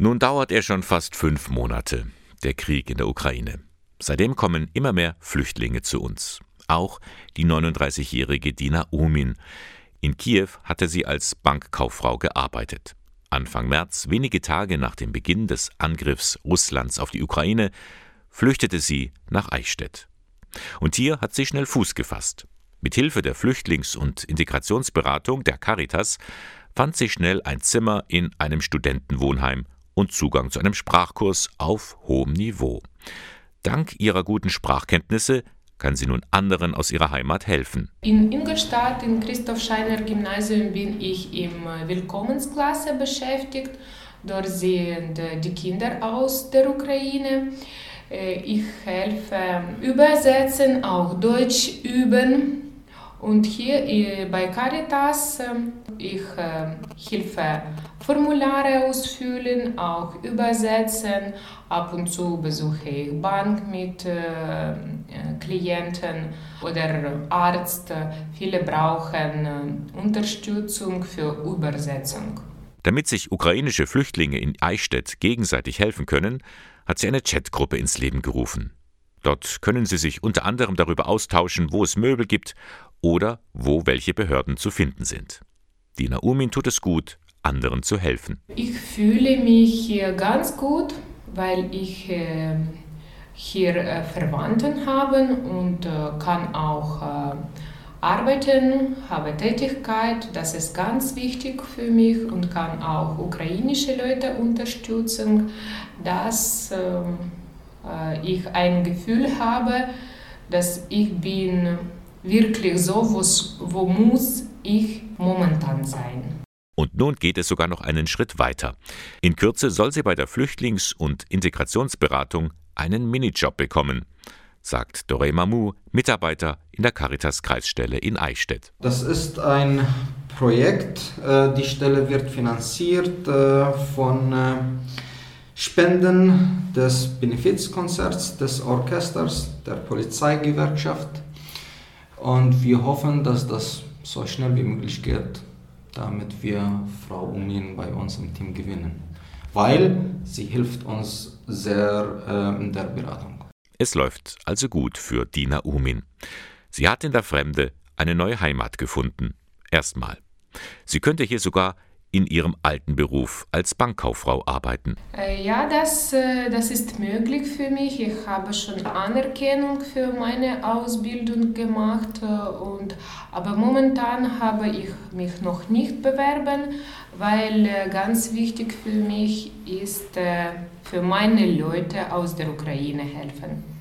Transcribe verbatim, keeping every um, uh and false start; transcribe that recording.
Nun dauert er schon fast fünf Monate, der Krieg in der Ukraine. Seitdem kommen immer mehr Flüchtlinge zu uns. Auch die neununddreißigjährige Dina Umin. In Kiew hatte sie als Bankkauffrau gearbeitet. Anfang März, wenige Tage nach dem Beginn des Angriffs Russlands auf die Ukraine, flüchtete sie nach Eichstätt. Und hier hat sie schnell Fuß gefasst. Mit Hilfe der Flüchtlings- und Integrationsberatung der Caritas fand sie schnell ein Zimmer in einem Studentenwohnheim und Zugang zu einem Sprachkurs auf hohem Niveau. Dank ihrer guten Sprachkenntnisse kann sie nun anderen aus ihrer Heimat helfen. In Ingolstadt, im Christoph-Scheiner-Gymnasium, bin ich im Willkommensklasse beschäftigt. Dort sind die Kinder aus der Ukraine. Ich helfe übersetzen, auch Deutsch üben. Und hier bei Caritas, ich helfe Formulare ausfüllen, auch übersetzen. Ab und zu besuche ich Bank mit äh, Klienten oder Arzt. Viele brauchen äh, Unterstützung für Übersetzung. Damit sich ukrainische Flüchtlinge in Eichstätt gegenseitig helfen können, hat sie eine Chatgruppe ins Leben gerufen. Dort können sie sich unter anderem darüber austauschen, wo es Möbel gibt oder wo welche Behörden zu finden sind. Dina Umin tut es gut, anderen zu helfen. Ich fühle mich hier ganz gut, weil ich äh, hier äh, Verwandten habe und äh, kann auch äh, arbeiten, habe Tätigkeit. Das ist ganz wichtig für mich und kann auch ukrainische Leute unterstützen, dass äh, ich ein Gefühl habe, dass ich bin wirklich so, wo, wo muss ich momentan sein. Und nun geht es sogar noch einen Schritt weiter. In Kürze soll sie bei der Flüchtlings- und Integrationsberatung einen Minijob bekommen, sagt Doré Mamou, Mitarbeiter in der Caritas-Kreisstelle in Eichstätt. Das ist ein Projekt. Die Stelle wird finanziert von Spenden des Benefizkonzerts, des Orchesters, der Polizeigewerkschaft. Und wir hoffen, dass das so schnell wie möglich geht, damit wir Frau Umin bei uns im Team gewinnen. Weil sie hilft uns sehr äh, in der Beratung. Es läuft also gut für Dina Umin. Sie hat in der Fremde eine neue Heimat gefunden. Erstmal. Sie könnte hier sogar in ihrem alten Beruf als Bankkauffrau arbeiten. Ja, das, das ist möglich für mich. Ich habe schon Anerkennung für meine Ausbildung gemacht. Und, aber momentan habe ich mich noch nicht bewerben, weil ganz wichtig für mich ist, für meine Leute aus der Ukraine helfen.